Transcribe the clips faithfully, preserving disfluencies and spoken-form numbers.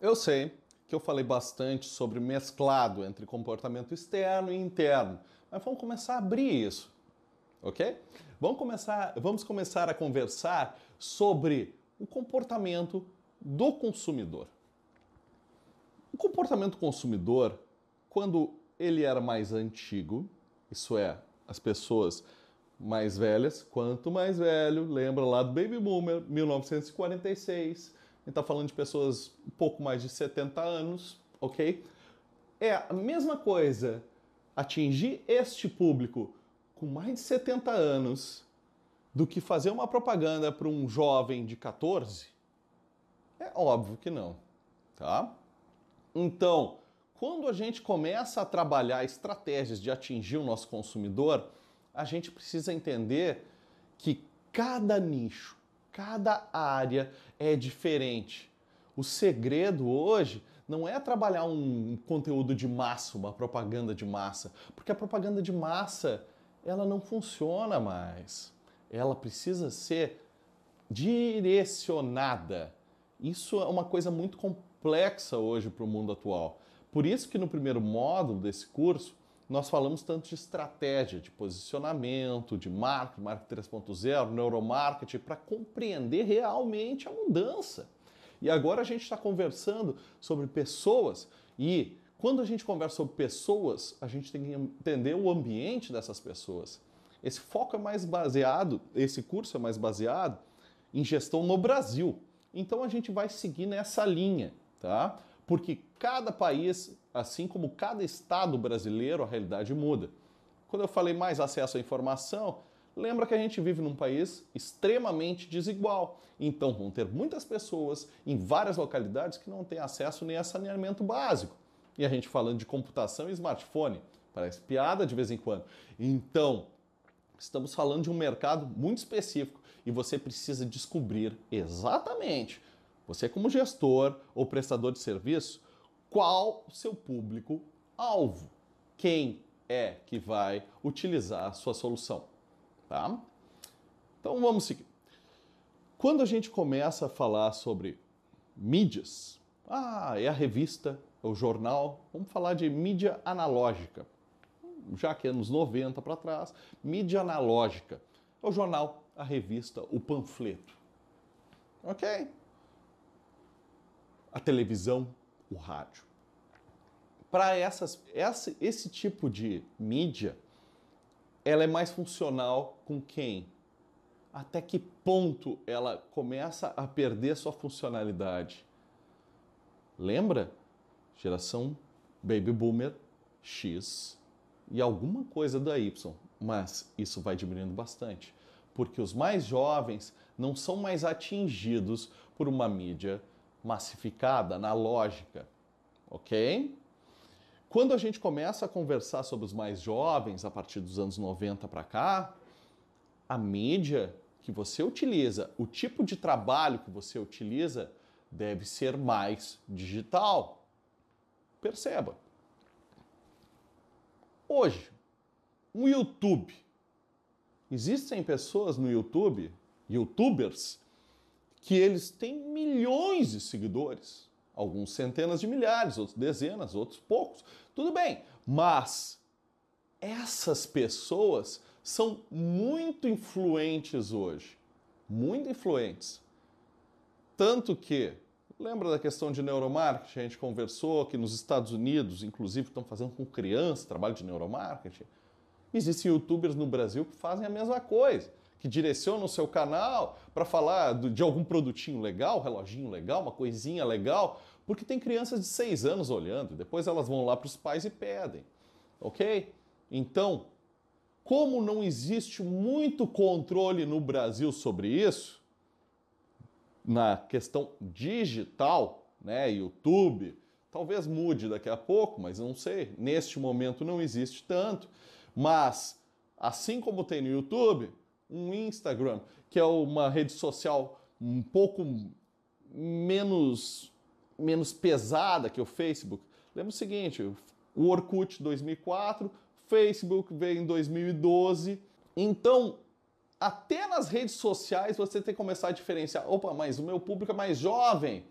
Eu sei que eu falei bastante sobre mesclado entre comportamento externo e interno, mas vamos começar a abrir isso, ok? Vamos começar, vamos começar a conversar sobre o comportamento do consumidor. O comportamento consumidor, quando ele era mais antigo, isso é, as pessoas mais velhas, quanto mais velho, lembra lá do Baby Boomer, mil novecentos e quarenta e seis, a gente está falando de pessoas um pouco mais de setenta anos, ok? É a mesma coisa atingir este público com mais de setenta anos do que fazer uma propaganda para um jovem de quatorze? É óbvio que não, tá? Então, quando a gente começa a trabalhar estratégias de atingir o nosso consumidor, a gente precisa entender que cada nicho, cada área é diferente. O segredo hoje não é trabalhar um conteúdo de massa, uma propaganda de massa, porque a propaganda de massa, ela não funciona mais. Ela precisa ser direcionada. Isso é uma coisa muito complexa hoje para o mundo atual. Por isso que no primeiro módulo desse curso, nós falamos tanto de estratégia, de posicionamento, de marketing, marketing três ponto zero, neuromarketing, para compreender realmente a mudança. E agora a gente está conversando sobre pessoas e quando a gente conversa sobre pessoas, a gente tem que entender o ambiente dessas pessoas. Esse foco é mais baseado, esse curso é mais baseado em gestão no Brasil. Então a gente vai seguir nessa linha, tá? Porque cada país, assim como cada estado brasileiro, a realidade muda. Quando eu falei mais acesso à informação, lembra que a gente vive num país extremamente desigual. Então vão ter muitas pessoas em várias localidades que não têm acesso nem a saneamento básico. E a gente falando de computação e smartphone, parece piada de vez em quando. Então, estamos falando de um mercado muito específico e você precisa descobrir exatamente, você como gestor ou prestador de serviço, qual o seu público-alvo, quem é que vai utilizar a sua solução, tá? Então vamos seguir. Quando a gente começa a falar sobre mídias, ah, é a revista, é o jornal, vamos falar de mídia analógica. Já que é anos noventa para trás, mídia analógica. É o jornal, a revista, o panfleto. Ok? A televisão, o rádio. Para essas, essa, esse tipo de mídia, ela é mais funcional com quem? Até que ponto ela começa a perder sua funcionalidade? Lembra? Geração Baby Boomer X e alguma coisa da Y, mas isso vai diminuindo bastante, porque os mais jovens não são mais atingidos por uma mídia massificada, analógica, ok? Quando a gente começa a conversar sobre os mais jovens, a partir dos anos noventa para cá, a mídia que você utiliza, o tipo de trabalho que você utiliza, deve ser mais digital. Perceba. Hoje, um YouTube. Existem pessoas no YouTube, YouTubers, que eles têm milhões de seguidores. Alguns centenas de milhares, outros dezenas, outros poucos. Tudo bem, mas essas pessoas são muito influentes hoje. Muito influentes. Tanto que, lembra da questão de neuromarketing? A gente conversou que nos Estados Unidos, inclusive, estão fazendo com crianças trabalho de neuromarketing. Existem youtubers no Brasil que fazem a mesma coisa, que direcionam o seu canal para falar de algum produtinho legal, reloginho legal, uma coisinha legal, porque tem crianças de seis anos olhando, depois elas vão lá para os pais e pedem, ok? Então, como não existe muito controle no Brasil sobre isso, na questão digital, né, YouTube, talvez mude daqui a pouco, mas não sei, neste momento não existe tanto, mas assim como tem no YouTube, um Instagram, que é uma rede social um pouco menos, menos pesada que o Facebook. Lembra o seguinte, o Orkut dois mil e quatro, Facebook veio em dois mil e doze, então até nas redes sociais você tem que começar a diferenciar, opa, mas o meu público é mais jovem,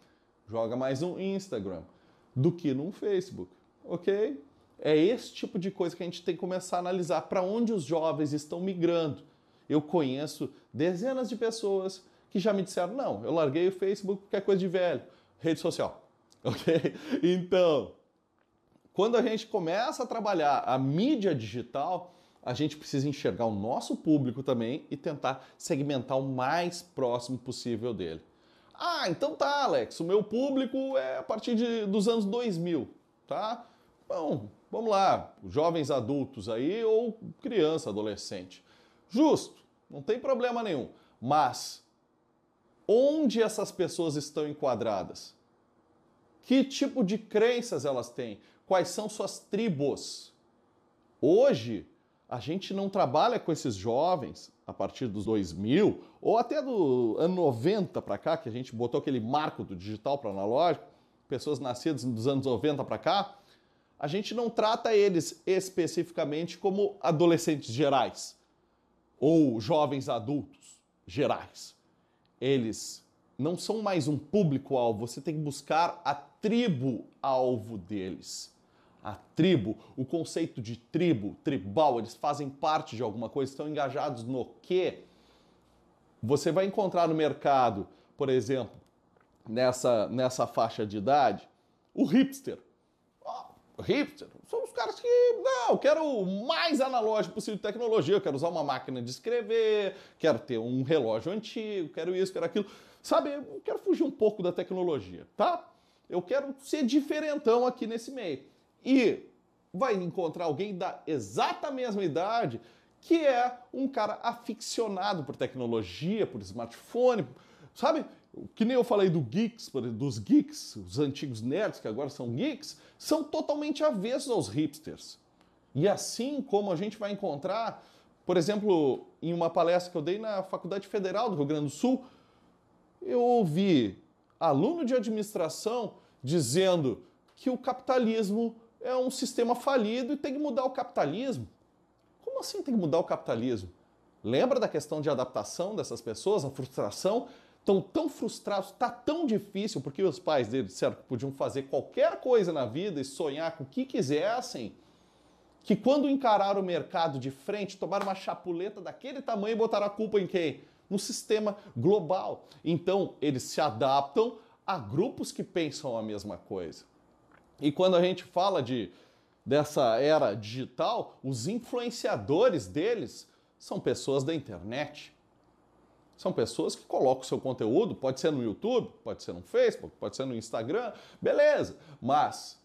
joga mais no Instagram do que no Facebook, ok? É esse tipo de coisa que a gente tem que começar a analisar para onde os jovens estão migrando. Eu conheço dezenas de pessoas que já me disseram, não, eu larguei o Facebook porque é coisa de velho, rede social, ok? Então, quando a gente começa a trabalhar a mídia digital, a gente precisa enxergar o nosso público também e tentar segmentar o mais próximo possível dele. Ah, então tá, Alex, o meu público é a partir de, dos anos dois mil, tá? Bom, vamos lá, jovens adultos aí ou criança, adolescente. Justo, não tem problema nenhum. Mas onde essas pessoas estão enquadradas? Que tipo de crenças elas têm? Quais são suas tribos? Hoje, a gente não trabalha com esses jovens a partir dos dois mil, ou até do ano noventa para cá, que a gente botou aquele marco do digital para o analógico, pessoas nascidas dos anos noventa para cá, a gente não trata eles especificamente como adolescentes gerais ou jovens adultos gerais. Eles não são mais um público-alvo, você tem que buscar a tribo-alvo deles. A tribo, o conceito de tribo, tribal, eles fazem parte de alguma coisa, estão engajados no quê? Você vai encontrar no mercado, por exemplo, nessa, nessa faixa de idade, o hipster. Oh, hipster são os caras que, não, eu quero o mais analógico possível de tecnologia, eu quero usar uma máquina de escrever, quero ter um relógio antigo, quero isso, quero aquilo. Sabe, eu quero fugir um pouco da tecnologia, tá? Eu quero ser diferentão aqui nesse meio. E vai encontrar alguém da exata mesma idade que é um cara aficionado por tecnologia, por smartphone, sabe? Que nem eu falei do geeks, dos geeks, os antigos nerds que agora são geeks, são totalmente avessos aos hipsters. E assim como a gente vai encontrar, por exemplo, em uma palestra que eu dei na Faculdade Federal do Rio Grande do Sul, eu ouvi aluno de administração dizendo que o capitalismo é um sistema falido e tem que mudar o capitalismo. Como assim tem que mudar o capitalismo? Lembra da questão de adaptação dessas pessoas, a frustração? Estão tão frustrados, está tão difícil, porque os pais deles disseram que podiam fazer qualquer coisa na vida e sonhar com o que quisessem, que quando encararam o mercado de frente, tomaram uma chapuleta daquele tamanho e botaram a culpa em quem? No sistema global. Então, eles se adaptam a grupos que pensam a mesma coisa. E quando a gente fala de, dessa era digital, os influenciadores deles são pessoas da internet. São pessoas que colocam o seu conteúdo, pode ser no YouTube, pode ser no Facebook, pode ser no Instagram, beleza. Mas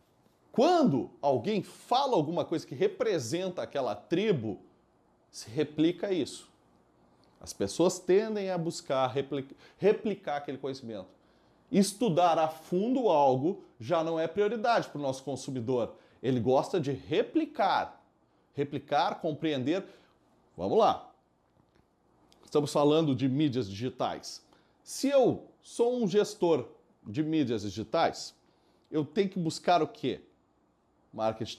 quando alguém fala alguma coisa que representa aquela tribo, se replica isso. As pessoas tendem a buscar replicar, replicar aquele conhecimento. Estudar a fundo algo já não é prioridade para o nosso consumidor. Ele gosta de replicar. Replicar, compreender. Vamos lá. Estamos falando de mídias digitais. Se eu sou um gestor de mídias digitais, eu tenho que buscar o quê? Marketing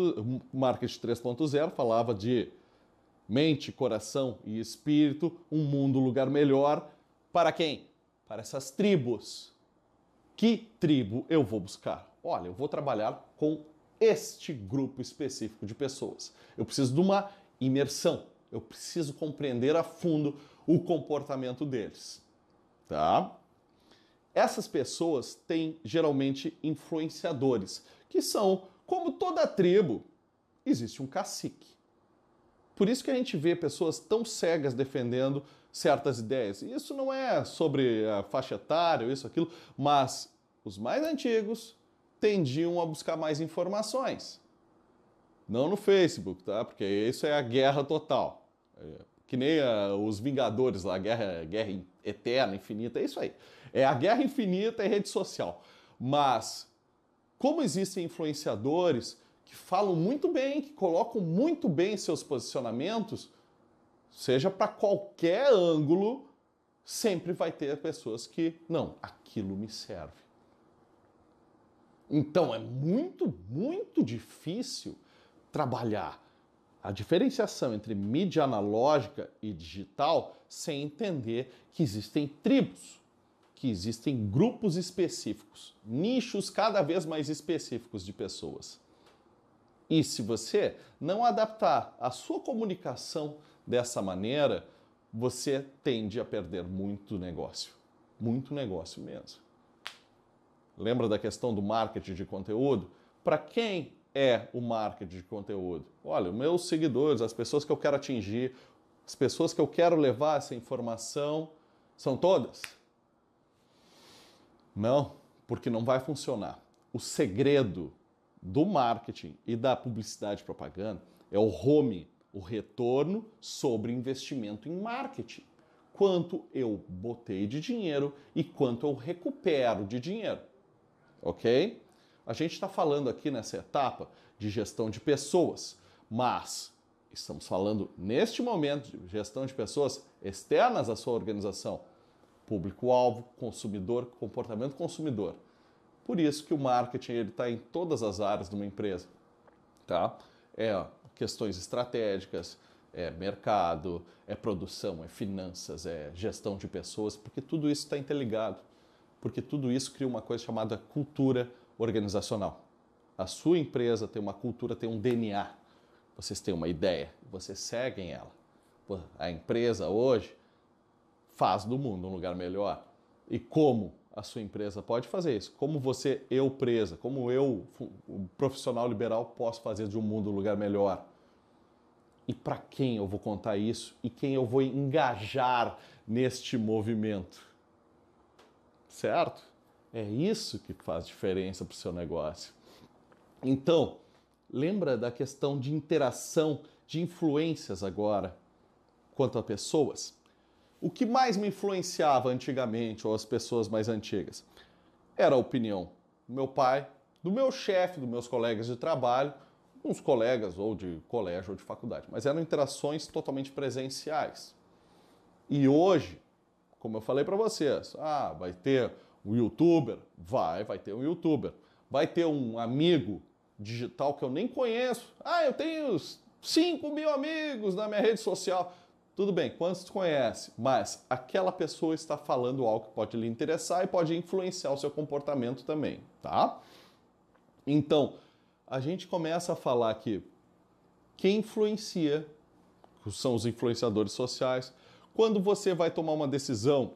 três ponto zero falava de mente, coração e espírito, um mundo, um lugar melhor. Para quem? Para essas tribos. Que tribo eu vou buscar? Olha, eu vou trabalhar com este grupo específico de pessoas. Eu preciso de uma imersão. Eu preciso compreender a fundo o comportamento deles. Tá? Essas pessoas têm geralmente influenciadores, que são, como toda tribo, existe um cacique. Por isso que a gente vê pessoas tão cegas defendendo certas ideias. Isso não é sobre a faixa etária, isso, aquilo, mas os mais antigos tendiam a buscar mais informações. Não no Facebook, tá? Porque isso é a guerra total. É, que nem a, os Vingadores lá, a guerra, guerra eterna, infinita, é isso aí. É a guerra infinita e rede social. Mas, como existem influenciadores que falam muito bem, que colocam muito bem seus posicionamentos, seja para qualquer ângulo, sempre vai ter pessoas que, não, aquilo me serve. Então é muito, muito difícil trabalhar a diferenciação entre mídia analógica e digital sem entender que existem tribos, que existem grupos específicos, nichos cada vez mais específicos de pessoas. E se você não adaptar a sua comunicação dessa maneira, você tende a perder muito negócio. Muito negócio mesmo. Lembra da questão do marketing de conteúdo? Para quem é o marketing de conteúdo? Olha, os meus seguidores, as pessoas que eu quero atingir, as pessoas que eu quero levar essa informação, são todas? Não, porque não vai funcionar. O segredo do marketing e da publicidade e propaganda é o R O M, o retorno sobre investimento em marketing. Quanto eu botei de dinheiro e quanto eu recupero de dinheiro. Ok? A gente está falando aqui nessa etapa de gestão de pessoas, mas estamos falando neste momento de gestão de pessoas externas à sua organização. Público-alvo, consumidor, comportamento consumidor. Por isso que o marketing está em todas as áreas de uma empresa. Tá? É questões estratégicas, é mercado, é produção, é finanças, é gestão de pessoas, porque tudo isso está interligado. Porque tudo isso cria uma coisa chamada cultura organizacional. A sua empresa tem uma cultura, tem um D N A. Vocês têm uma ideia, vocês seguem ela. A empresa hoje faz do mundo um lugar melhor. E como a sua empresa pode fazer isso? Como você, eu, presa, como eu, o profissional liberal, posso fazer de um mundo um lugar melhor? E para quem eu vou contar isso? E quem eu vou engajar neste movimento? Certo? É isso que faz diferença para o seu negócio. Então, lembra da questão de interação, de influências agora, quanto a pessoas? O que mais me influenciava antigamente, ou as pessoas mais antigas? Era a opinião do meu pai, do meu chefe, dos meus colegas de trabalho, uns colegas ou de colégio ou de faculdade, mas eram interações totalmente presenciais. E hoje, como eu falei para vocês, ah, vai ter um youtuber? Vai, vai ter um youtuber. Vai ter um amigo digital que eu nem conheço. Ah, eu tenho cinco mil amigos na minha rede social. Tudo bem, quantos tu conhece? Mas aquela pessoa está falando algo que pode lhe interessar e pode influenciar o seu comportamento também, tá? Então, a gente começa a falar que quem influencia, são os influenciadores sociais. Quando você vai tomar uma decisão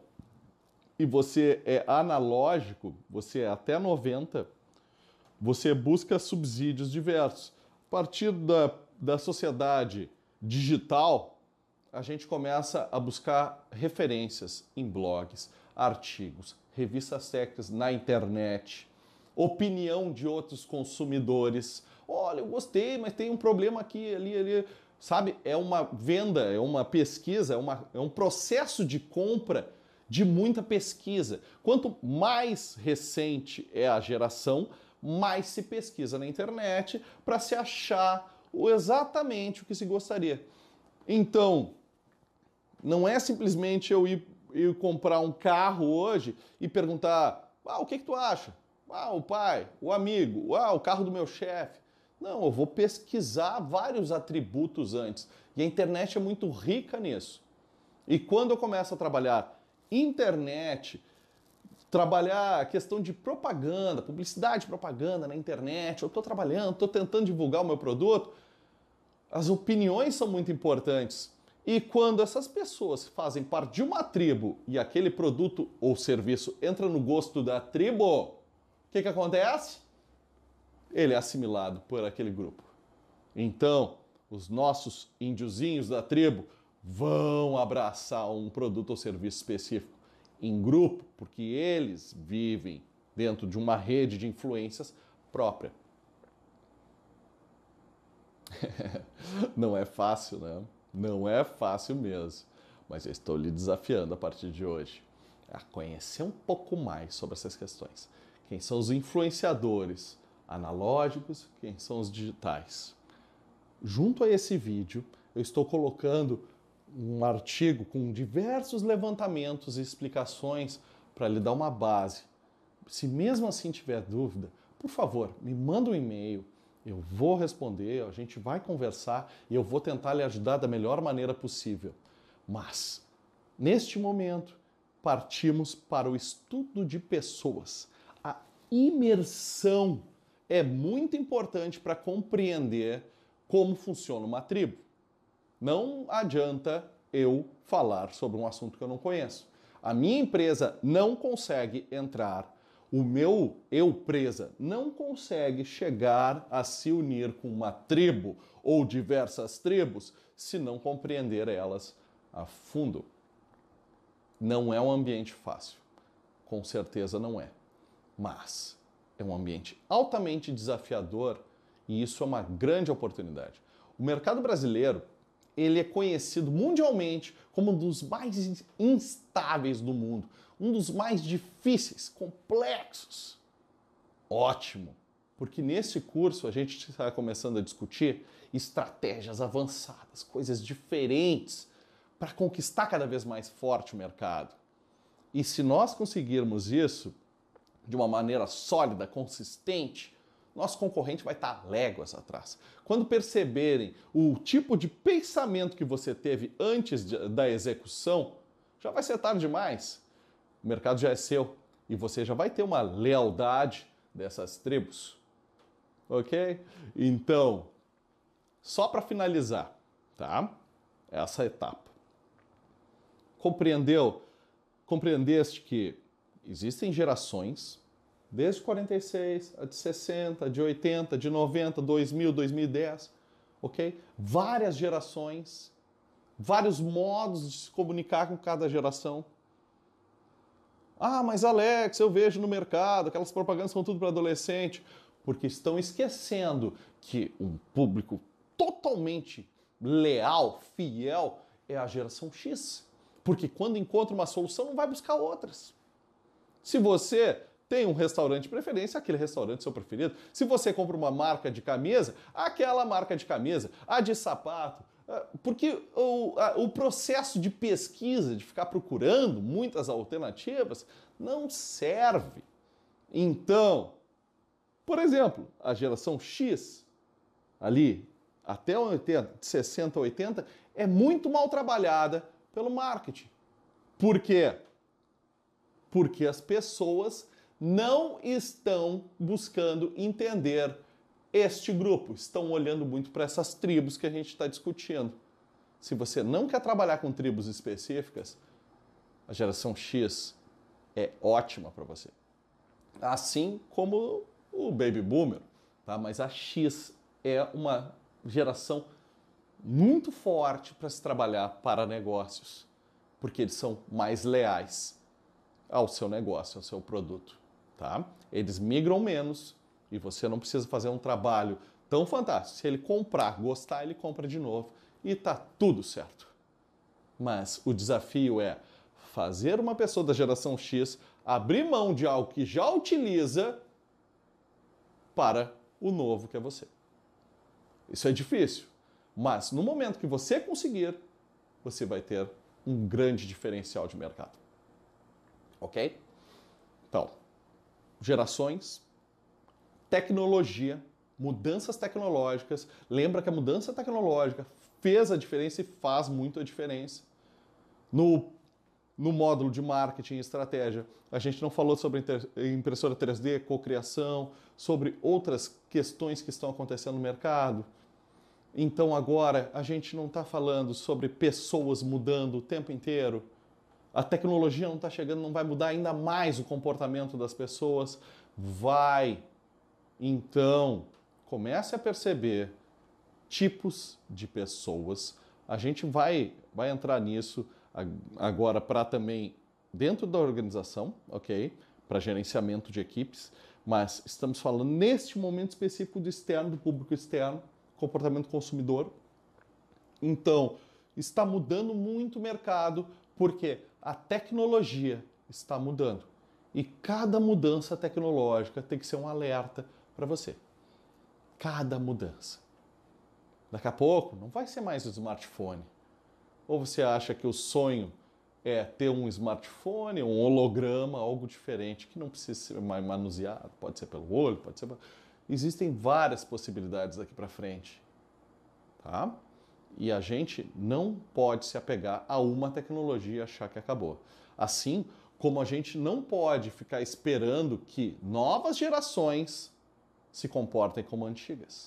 e você é analógico, você é até noventa, você busca subsídios diversos. A partir da, da sociedade digital, a gente começa a buscar referências em blogs, artigos, revistas técnicas na internet, opinião de outros consumidores. Olha, eu gostei, mas tem um problema aqui, ali, ali. Sabe, é uma venda, é uma pesquisa, é, uma, é um processo de compra de muita pesquisa. Quanto mais recente é a geração, mais se pesquisa na internet para se achar o, exatamente o que se gostaria. Então, não é simplesmente eu ir, ir comprar um carro hoje e perguntar, ah, o que, que tu acha? Ah, o pai, o amigo, ah, o carro do meu chefe. Não, eu vou pesquisar vários atributos antes. E a internet é muito rica nisso. E quando eu começo a trabalhar internet, trabalhar a questão de propaganda, publicidade e propaganda na internet, eu estou trabalhando, estou tentando divulgar o meu produto, as opiniões são muito importantes. E quando essas pessoas fazem parte de uma tribo e aquele produto ou serviço entra no gosto da tribo, o que, que acontece? Ele é assimilado por aquele grupo. Então, os nossos índiozinhos da tribo vão abraçar um produto ou serviço específico em grupo, porque eles vivem dentro de uma rede de influências própria. Não é fácil, né? Não é fácil mesmo. Mas eu estou lhe desafiando a partir de hoje a conhecer um pouco mais sobre essas questões. Quem são os influenciadores analógicos, quem são os digitais. Junto a esse vídeo, eu estou colocando um artigo com diversos levantamentos e explicações para lhe dar uma base. Se mesmo assim tiver dúvida, por favor, me manda um e-mail, eu vou responder, a gente vai conversar e eu vou tentar lhe ajudar da melhor maneira possível. Mas, neste momento, partimos para o estudo de pessoas. A imersão é muito importante para compreender como funciona uma tribo. Não adianta eu falar sobre um assunto que eu não conheço. A minha empresa não consegue entrar, o meu eu presa não consegue chegar a se unir com uma tribo ou diversas tribos se não compreender elas a fundo. Não é um ambiente fácil, com certeza não é, mas é um ambiente altamente desafiador e isso é uma grande oportunidade. O mercado brasileiro, ele é conhecido mundialmente como um dos mais instáveis do mundo, um dos mais difíceis, complexos. Ótimo, porque nesse curso a gente está começando a discutir estratégias avançadas, coisas diferentes para conquistar cada vez mais forte o mercado. E se nós conseguirmos isso de uma maneira sólida, consistente, nosso concorrente vai estar léguas atrás. Quando perceberem o tipo de pensamento que você teve antes de, da execução, já vai ser tarde demais. O mercado já é seu e você já vai ter uma lealdade dessas tribos. Ok? Então, só para finalizar, tá? Essa etapa. Compreendeu? Compreendeste que existem gerações, desde quarenta e seis, a de sessenta, de oitenta, de noventa, dois mil, dois mil e dez, ok? Várias gerações, vários modos de se comunicar com cada geração. Ah, mas Alex, eu vejo no mercado, aquelas propagandas são tudo para adolescente, porque estão esquecendo que um público totalmente leal, fiel, é a geração X. Porque quando encontra uma solução, não vai buscar outras. Se você tem um restaurante de preferência, aquele restaurante é seu preferido. Se você compra uma marca de camisa, aquela marca de camisa, a de sapato. Porque o, a, o processo de pesquisa, de ficar procurando muitas alternativas, não serve. Então, por exemplo, a geração X, ali, até oitenta, de sessenta a oitenta, é muito mal trabalhada pelo marketing. Por quê? Porque as pessoas não estão buscando entender este grupo, estão olhando muito para essas tribos que a gente está discutindo. Se você não quer trabalhar com tribos específicas, a geração X é ótima para você. Assim como o Baby Boomer, tá? Mas a X é uma geração muito forte para se trabalhar para negócios, porque eles são mais leais ao seu negócio, ao seu produto, tá? Eles migram menos e você não precisa fazer um trabalho tão fantástico. Se ele comprar, gostar, ele compra de novo e tá tudo certo. Mas o desafio é fazer uma pessoa da geração X abrir mão de algo que já utiliza para o novo que é você. Isso é difícil. Mas no momento que você conseguir, você vai ter um grande diferencial de mercado. Ok? Então, gerações, tecnologia, mudanças tecnológicas. Lembra que a mudança tecnológica fez a diferença e faz muito a diferença. No, no módulo de marketing e estratégia, a gente não falou sobre impressora três D, cocriação, sobre outras questões que estão acontecendo no mercado. Então agora a gente não está falando sobre pessoas mudando o tempo inteiro. A tecnologia não está chegando, não vai mudar ainda mais o comportamento das pessoas. Vai. Então, comece a perceber tipos de pessoas. A gente vai, vai entrar nisso agora para também dentro da organização, ok? Para gerenciamento de equipes. Mas estamos falando neste momento específico do externo, do público externo. Comportamento consumidor. Então, está mudando muito o mercado porque a tecnologia está mudando. E cada mudança tecnológica tem que ser um alerta para você. Cada mudança. Daqui a pouco não vai ser mais o smartphone. Ou você acha que o sonho é ter um smartphone, um holograma, algo diferente, que não precisa ser mais manuseado, pode ser pelo olho, pode ser... Existem várias possibilidades daqui para frente, tá? E a gente não pode se apegar a uma tecnologia e achar que acabou. Assim como a gente não pode ficar esperando que novas gerações se comportem como antigas.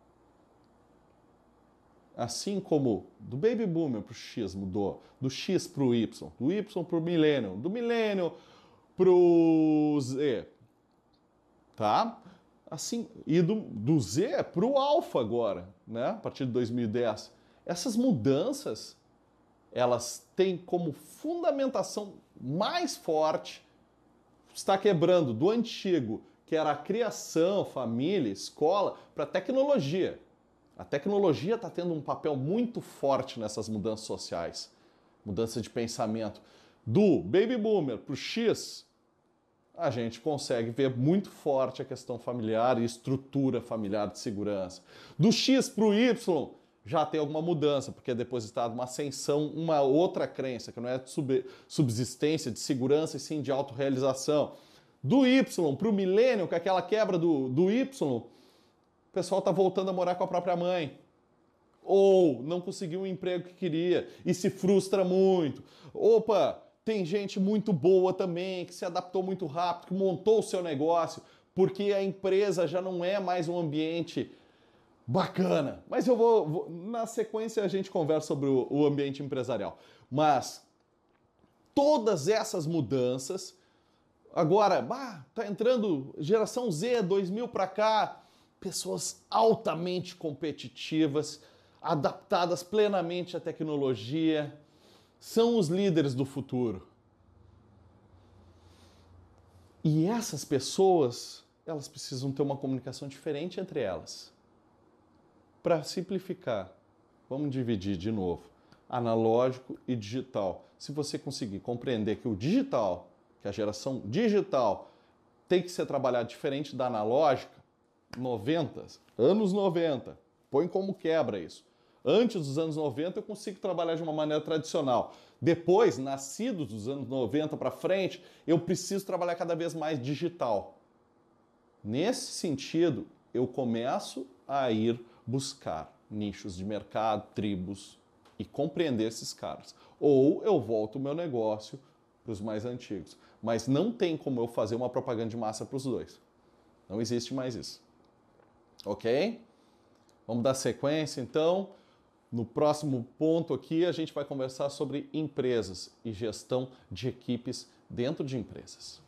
Assim como do Baby Boomer para o X mudou, do X para o Y, do Y para o Millennium, do Millennium para o Z, tá? Assim, e do, do Z para o Alpha agora, né? A partir de dois mil e dez. Essas mudanças, elas têm como fundamentação mais forte, está quebrando do antigo, que era a criação, família, escola, para a tecnologia. A tecnologia está tendo um papel muito forte nessas mudanças sociais, mudança de pensamento. Do Baby Boomer para o X, a gente consegue ver muito forte a questão familiar e estrutura familiar de segurança. Do X para o Y, já tem alguma mudança, porque é depositado uma ascensão, uma outra crença, que não é de sub subsistência, de segurança, e sim de autorrealização. Do Y para o Millennium, que é aquela quebra do, do Y, o pessoal está voltando a morar com a própria mãe. Ou não conseguiu o emprego que queria e se frustra muito. Opa, tem gente muito boa também, que se adaptou muito rápido, que montou o seu negócio, porque a empresa já não é mais um ambiente bacana. Mas eu vou, vou na sequência a gente conversa sobre o, o ambiente empresarial. Mas todas essas mudanças, agora, bah, tá entrando geração Z, dois mil para cá, pessoas altamente competitivas, adaptadas plenamente à tecnologia, são os líderes do futuro. E essas pessoas, elas precisam ter uma comunicação diferente entre elas. Para simplificar, vamos dividir de novo, analógico e digital. Se você conseguir compreender que o digital, que a geração digital tem que ser trabalhada diferente da analógica, noventa, anos noventa, põe como quebra isso. Antes dos anos noventa eu consigo trabalhar de uma maneira tradicional. Depois, nascidos dos anos noventa para frente, eu preciso trabalhar cada vez mais digital. Nesse sentido, eu começo a ir buscar nichos de mercado, tribos e compreender esses caras. Ou eu volto o meu negócio para os mais antigos. Mas não tem como eu fazer uma propaganda de massa para os dois. Não existe mais isso. Ok? Vamos dar sequência, então. No próximo ponto aqui, a gente vai conversar sobre empresas e gestão de equipes dentro de empresas.